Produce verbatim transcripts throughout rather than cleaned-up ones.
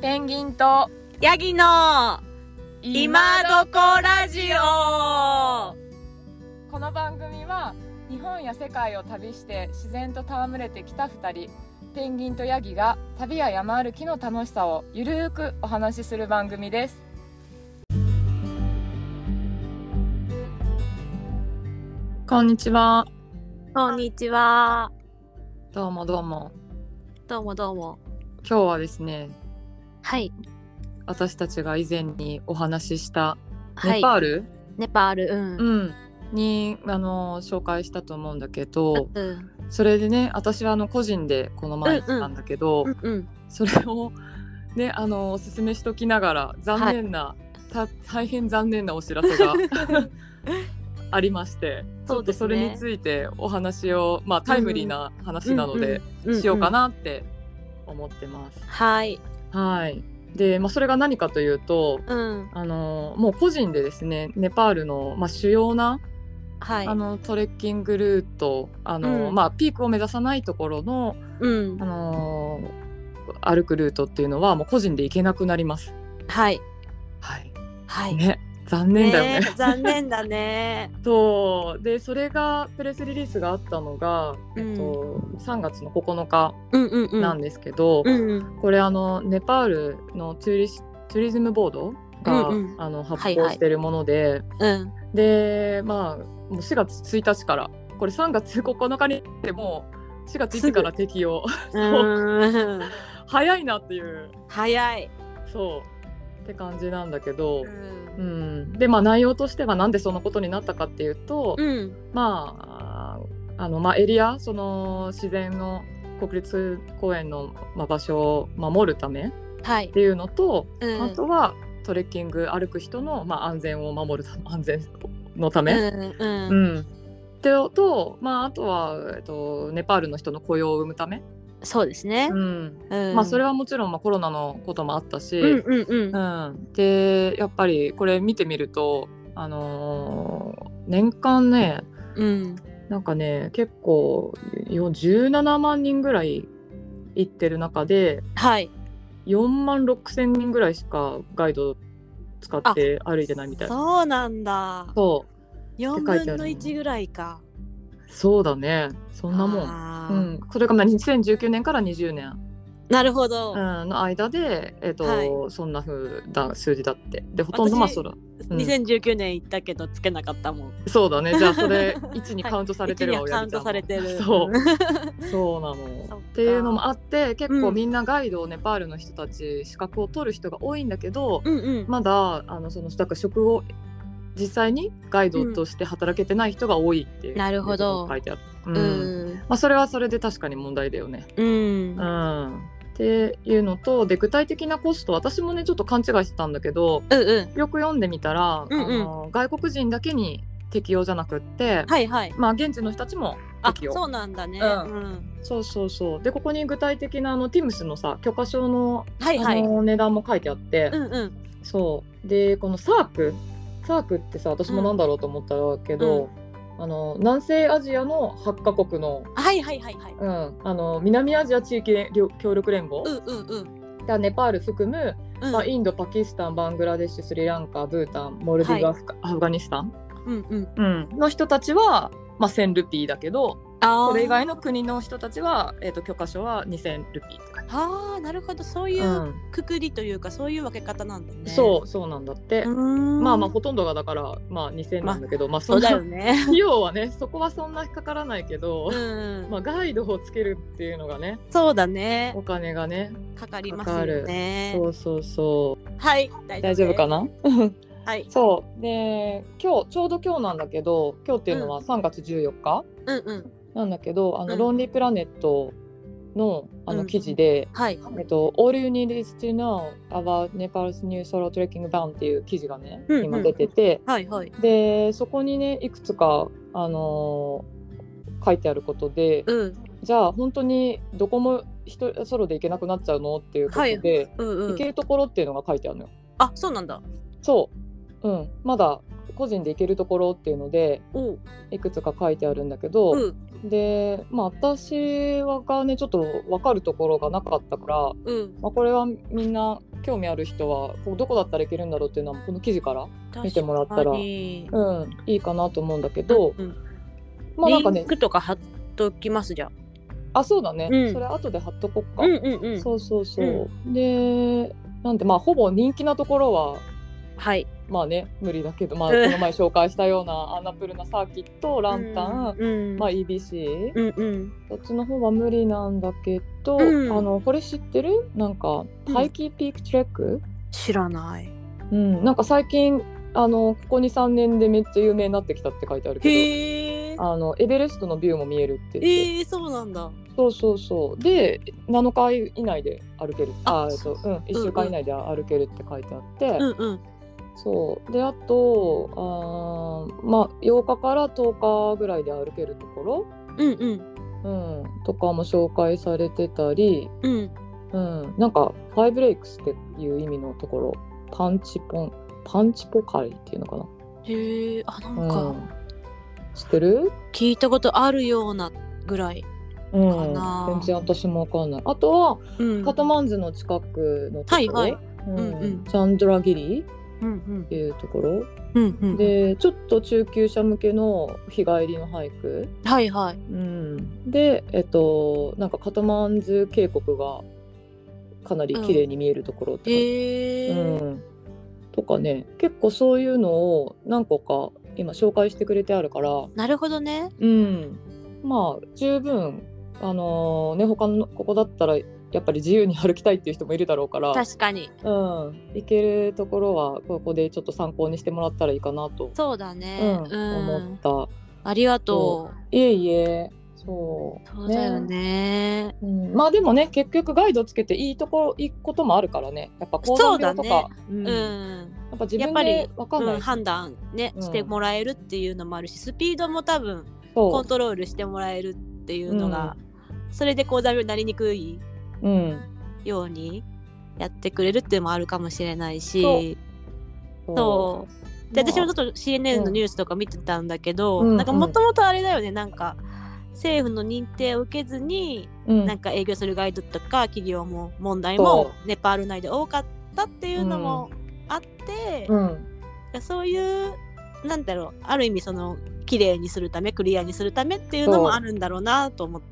ペンギンとヤギの今どこラジオ。 この番組は日本や世界を旅して自然と戯れてきたふたり、ペンギンとヤギが旅や山歩きの楽しさをゆるーくお話しする番組です。こんにちは。 こんにちは。 どうもどうも。 どうもどうも。 今日はですね、 はい私たちが以前にお話ししたはいネパール、 ネパールうんうんにあの紹介したと思うんだけど、 うんそれでね、私はあの個人でこの前来たんだけど、 うんうんそれをね、あのおすすめしときながら残念な、た大変残念なお知らせがありまして、ちょっとそれについてお話を、まあタイムリーな話なので、 うんうんしようかなって思ってます。 はいはい。で、まあ、それが何かというと、 うんあのもう個人でですね、ネパールの、まあ、主要な、 はいあのトレッキングルート、あの、 うんまあ、ピークを目指さないところの、 うんあの歩くルートっていうのはもう個人で行けなくなります。 はいはいはいね、残念だよね。 ね残念だねそうで、それがプレスリリースがあったのが、 うんえっと、さんがつのここのかうんうんうんなんですけど、 うんうんこれあのネパールのトゥーリス、トゥーリズムボードが、 うんうんあの発行しているもので、 うんでまあもうしがつついたちから、これさんがつここのかにでもしがついちから適用そううん早いなっていう、 早いそうって感じなんだけど、 ううんん、でまあ内容としてはなんでそんなことになったかっていうと、 うんまああのまあエリア、その自然の国立公園の、まあ、場所を守るためはいっていうのと、 うんあとはトレッキング歩く人の、まあ、安全を守るた安全のため、 うんううんんってと、まあ、あとは、えっと、ネパールの人の雇用を生むため、 そうですねうんうんまあ、それはもちろん、まあ、コロナのこともあったし、 うんうんうんうんでやっぱりこれ見てみると、あのー年間ね、 うんなんかね結構よじゅうななまんにんぐらい行ってる中ではいよんまんろくせんにんぐらいしかガイド使って歩いてないみたいな。 そうなんだそうよんぶんのいちぐらいか。 そうだね、そんなもん。 あーうん、それがまあにせんじゅうきゅうねんからにじゅうねん、 なるほど、 うん、の間で、えーとはいそんな風な数字だって。でほとんどまあ私そら、うんにせんじゅうきゅうねん行ったけどつけなかったもん。 そうだね、じゃあそれいちにカウントされてるわ、 はい、いちにカウントされてる。 そうそうなのそっかっていうのもあって、結構うんみんなガイドをネパールの人たち資格を取る人が多いんだけど、 うんうんまだあのそのだから職を実際にガイドとして働けてない人が多いっていう、 なるほどいうことが書いてある。うんうんまあ、それはそれで確かに問題だよね。 うんうんっていうのと、で具体的なコスト、私もねちょっと勘違いしてたんだけど、 うんうんよく読んでみたら、 うんうんあの外国人だけに適用じゃなくって、 はいはいまあ現地の人たちもあ適用。 そうなんだね、 うんうんそうそうそうでここに具体的なあのティムスのさ許可証の、 はいはいあの値段も書いてあって、 うんうんそうでこのサークサークってさ、私もなんだろうと思ったけど、あの南西アジアのはちカ国の、 はいはいはいはいうん、あの南アジア地域協力連合、 うんうんうんがネパール含む、 うんまあ、インド、パキスタン、バングラデシュ、スリランカ、ブータン、モルディブ、 はアフアフガニスタン、 うんうんうん、の人たちは、まあ、せんルピーだけど、 あそれ以外のの国の人たちは、えーと許可証はにせんルピーって書いてある。 あーなるほど、そういううんくくりというか、そういう分け方なんだね。 そうそうなんだって、 うーんまあまあほとんどがだからまあにせんなんだけど、まあ、 そうだそんなよね費用はねそこはそんなかからないけど、 うんまあガイドをつけるっていうのがね、 そうだねお金がねかかりますよかかる。 ね。 そうそうそうはい大大丈夫かな。 なはいそうで今日ちょうど今日なんだけど、今日っていうのはさんがつじゅうよっか、 うんうんなんだけど、あの、 うんロンリープラネットのあのうん記事で、 はいえっと、All You Need Is to Know About Nepal's New Solo Trekking Ban っていう記事がね、 うんうん今出てて、 はいはいでそこにねいくつか、あのー書いてあることで、 うんじゃあ本当にどこも人ソロで行けなくなっちゃうのっていうことで、 うんうん行けるところっていうのが書いてあるのよ。 あそうなんだ。 そう、うん、まだ個人で行けるところっていうのでいくつか書いてあるんだけど、うん、でまあ私がねちょっと分かるところがなかったから、うんまあ、これはみんな興味ある人はこうどこだったらいけるんだろうっていうのはこの記事から見てもらったら、うん、いいかなと思うんだけど、うんうん、 まあなんかねリンクとか貼っときますじゃあ。あそうだね、うん、それ後で貼っとこっか、うんうんうん、そうそうそう、うん、でなんでまあほぼ人気なところははいまあね無理だけど、まあ、この前紹介したようなアンナプルナサーキットランタン、うんまあ、イービーシー、うんうん、そっちの方は無理なんだけど、うん、あのこれ知ってる？なんかハイキーピークトレック、うん、 知らない、 うん、なんか最近あのここ にさんねんでめっちゃ有名になってきたって書いてあるけど、 へあのエベレストのビューも見えるって言って。 えー、そうなんだ。 そうそうそうでなのか以内で歩けるああ、えっとうん、いっしゅうかん以内で歩けるって書いてあって、うんうんそうであとあまあようかからとおかぐらいで歩けるところ、うんうんうん、とかも紹介されてたり、うんうん、なんかファイブレイクスっていう意味のところパンチポンパンチポカリっていうのかな。 へえ、あなんか、うん、 知ってる？ 聞いたことあるようなぐらいかな、 うん、全然私も分かんない。あとは、うん、カトマンズの近くのところ、はいはいうんうん、チャンドラギリっていうところ、うんうん、でちょっと中級者向けの日帰りのハイク、 はいはい、うん、でえっとなんかカトマンズ渓谷がかなり綺麗に見えるところとか、うんえーうん、とかね結構そういうのを何個か今紹介してくれてあるから。 なるほどね、 うん、まあ十分あのー、ね他のここだったらやっぱり自由に歩きたいっていう人もいるだろうから確かに、 うん、行けるところはここでちょっと参考にしてもらったらいいかなとそうだね、 うんうん、思った。 ありがとう。いえいえそう、 そうだよね、 うん、まあでもね結局ガイドつけていいところいいこともあるからねやっぱ高山病とかう、ねうん、やっぱ自分で分かんない、うん、 判断ね、うん、してもらえるっていうのもあるしスピードも多分コントロールしてもらえるっていうのが、うん、それで高山病になりにくいようにやってくれるっていうのもあるかもしれないし、そうそうで、まあ、私もちょっと シーエヌエヌ のニュースとか見てたんだけど、うん、なんかもともとあれだよね、なんか政府の認定を受けずに、うん、なんか営業するガイドとか企業も問題もネパール内で多かったっていうのもあって、うん、そういうなんだろうある意味その綺麗にするためクリアにするためっていうのもあるんだろうなと思って。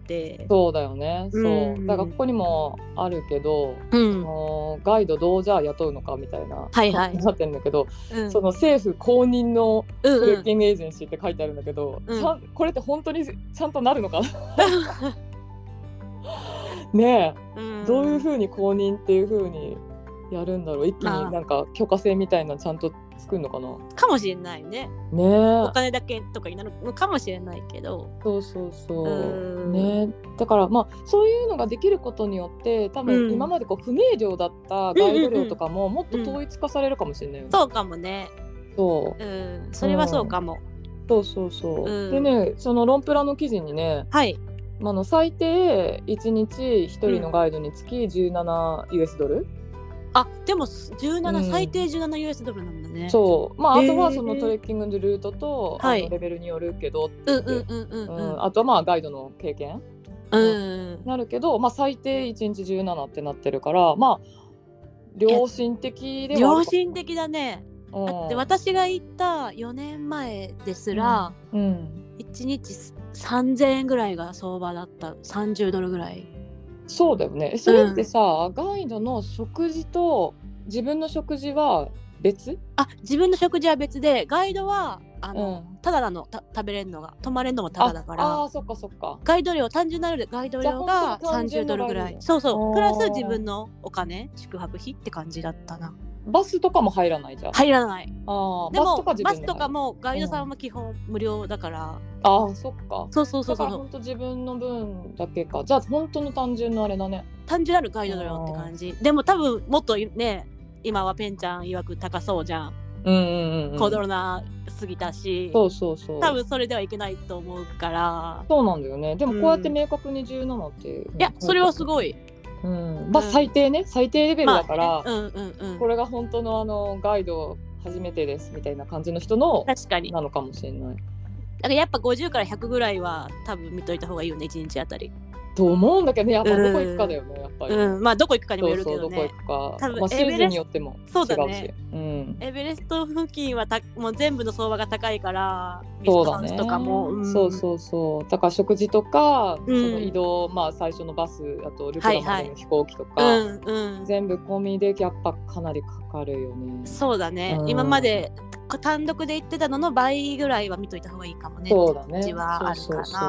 そうだよね、そう、うん、だからここにもあるけど、うん、そのガイドどうじゃあ雇うのかみたいな、はいはい、なってるんだけど、うん、その政府公認のトレッキングエージェンシーって書いてあるんだけど、うんうん、ちゃんこれって本当にちゃんとなるのかなねえ、うん、どういう風に公認っていう風にやるんだろう、一気になんか許可制みたいなちゃんと作るのかなかもしれないね。ねお金だけとかになるのかもしれないけど。 そうそうそうね。だからまあそういうのができることによって多分今までこう不明瞭だったガイド料とかももっと統一化されるかもしれないよね、 うんうんうん、そうかもね。そう、うん、それはそうかも、 うん、そうそうそう、うん、でねそのロンプラの記事にね、はいあの最低いちにちひとりのガイドにつきじゅうななユーエスドル、 あでもじゅうなな、うん、最低じゅうななユーエスドルなんだね。 そうまああとはそのトレッキングのルートと、あのレベルによるけどって言って、あとはまあガイドの経験、うん、なるけど、まあ、最低いちにちじゅうななってなってるからまあ良心的では良心的だね。だって私が行ったよねんまえですら、うんうん、いちにちさんぜんえんぐらいが相場だった。さんじゅうドルぐらい。 そうだよね。それってさ、うん、ガイドの食事と自分の食事は別？ あ、自分の食事は別でガイドはあの、うん、ただなのた食べれるのが泊まれるのもただだから。 ああそっかそっか。 ガイド料単純なるガイド料がさんじゅうドルぐらい。そうそう。プラス自分のお金宿泊費って感じだったな。 バスとかも入らないじゃん。 入らない。あでもバスとか自分で入る。バスとかもガイドさんは基本無料だから。うん、 ああそっか。 そうそうそうそう。だから本当自分の分だけか。じゃあ本当の単純のあれだね。 単純なるガイド料って感じ。でも多分もっとね今はペンちゃん曰く高そうじゃん。うんうんうん、高ドルなすぎたし。 そうそうそう。 多分それではいけないと思うから。 そうなんだよね。でもこうやって明確にじゅうななっていう、 うん。いやそれはすごい。 うんまあ、最低ね最低レベルだから、まあうんうんうん、これが本当のあのガイド初めてですみたいな感じの人の確かになのかもしれない。 だからやっぱごじゅうからひゃくぐらいは多分見といた方がいいよね、いちにちあたり。 と思うんだけどね、やっぱどこ行くかだよね、やっぱり。 うん、まあどこ行くかにもよるけどね。 そうそう、どこ行くか。 多分まあ、シーズンによっても違うし。 そうだね。 うん、 エベレスト付近はたもう全部の相場が高いから、 そうだね。 ゲストハウスとかも、うん、 そうそうそう。だから食事とか、 うん、 その移動、まあ最初のバス、あとルクラまでの飛行機とか、 はいはい、うんうん、全部込みでやっぱかなりかかるよね。 そうだね。うん、今まで単独で行ってたのの倍ぐらいは見といた方がいいかもね。 そうだね。 ってはあるかな。そうそうそう、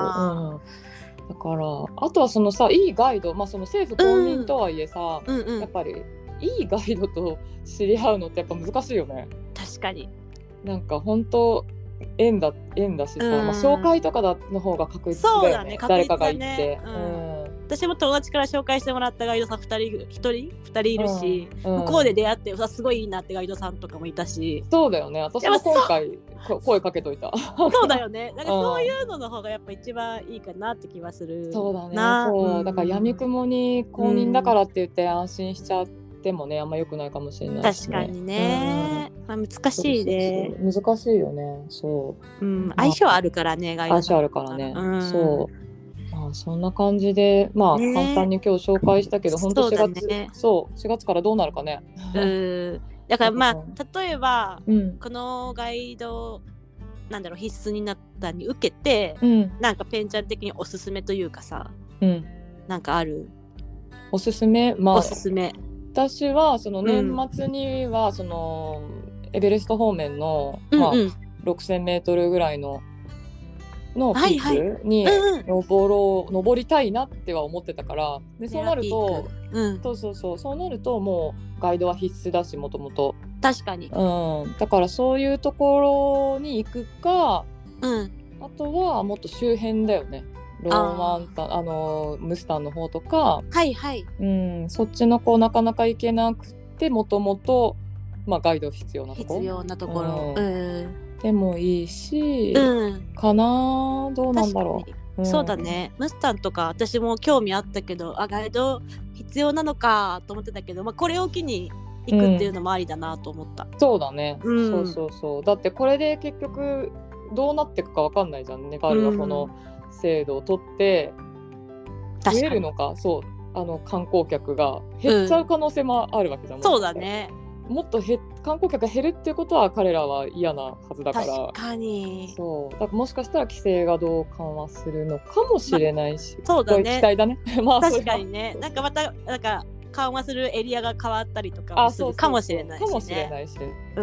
うんだからあとはそのさ、いいガイド、まあ、その政府公認とはいえさ、うんうんうん、やっぱりいいガイドと知り合うのってやっぱ難しいよね。 確かに。 なんか本当縁だ縁だしさ、うんまあ、紹介とかだの方が確実だよね。そうだね、確実だね。誰かが行って、 うんうん、私も友達から紹介してもらったガイドさんふたりひとりふたりいるし、うんうん、向こうで出会ってすごいいいなってガイドさんとかもいたし。 そうだよね、私も今回声かけといた。 そうだよね、なんかそういうのの方がやっぱ一番いいかなって気はする。 そうだね、そうだから闇雲に公認だからって言って安心しちゃってもね、あんま良くないかもしれないし、ね、 確かにね、うんまあ、難しいね。 そうそうそう難しいよね。そう、 うん、相性あるからね、ガイド相性あるからね、うん、そうまあそんな感じでまあ、ね、簡単に今日紹介したけど本当しがつそう、ね、そうしがつからどうなるかね。 うんだからまあ例えば、うん、このガイドなんだろう必須になったに受けて、うん、なんかペンちゃん的におすすめというかさ、うん、なんかある？ おすすめ、まあおすすめ。 私はその年末にはその、うん、エベレスト方面の、まあうんうん、ろくせんメートルぐらいののピークに登ろう、登りたいなっては思ってたから、でそうなると、うん、そうそうそうそうなるともうガイドは必須だし、もともと確かに、 うん、だからそういうところに行くか、うん、あとはもっと周辺だよね。ローマンタンあのムスタンの方とか、 はいはい、 うん、そっちの子なかなか行けなくてもともとガイド必要なとこ必要なところ、うんうんでもいいし、うん、かなどうなんだろう、うん、そうだね。ムスタンとか私も興味あったけど、あガイド必要なのかと思ってたけど、まあ、これを機に行くっていうのもありだなと思った、 うん、そうだね、うん、そうそうそうだってこれで結局どうなっていくか分かんないじゃん。ネパールがこの制度を取って増えるのか、そうあの観光客が減っちゃう可能性もあるわけじゃん、 うん、そうだね。 もっとへ観光客が減るっていうことは彼らは嫌なはずだから、 確かにそうだからもしかしたら規制がどう緩和するのかもしれないし、 ま、そうだね、 期待だねまあ確かにね、なんかまたなんか緩和するエリアが変わったりとかもするかもしれないしね。 かもしれないし、うん、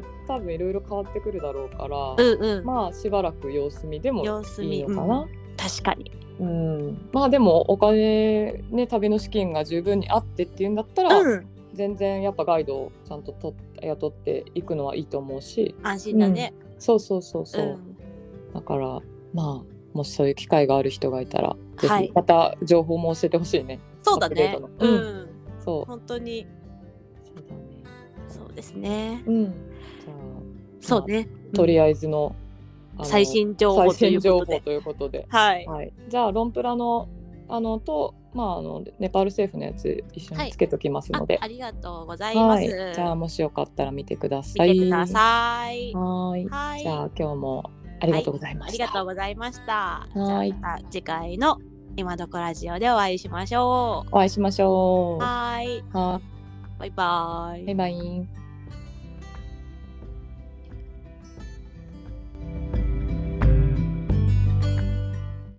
多分いろいろ変わってくるだろうから、 うんうん、 まあしばらく様子見でもいいのかな、うん、 確かに、 うん、まあでもお金ね旅の資金が十分にあってっていうんだったら、うん全然やっぱガイドをちゃんとと雇っていくのはいいと思うし、 安心だね、 うん、そうそうそうそう、うん、だからまあもしそういう機会がある人がいたら、はい、ぜひまた情報も教えてほしいね。 そうだね、うん、うん、 そう本当にそうだね、 そうですね、 うん、じゃあそうね、 まあ、とりあえずの、 うん、最新情報ということで、 最新情報ということで、 はい、 はい、じゃあロンプラのあのとまあ、あのネパール政府のやつ一緒につけときますので、 はい、あ, ありがとうございます、 はい、じゃあもしよかったら見てください。 見てください。 はい、はい、じゃあ今日もありがとうございました。 はい、ありがとうございました。 はい、 じゃあまた次回の今どこラジオでお会いしましょう。 お会いしましょう。 はい、 はバイバイ。 バイバイ。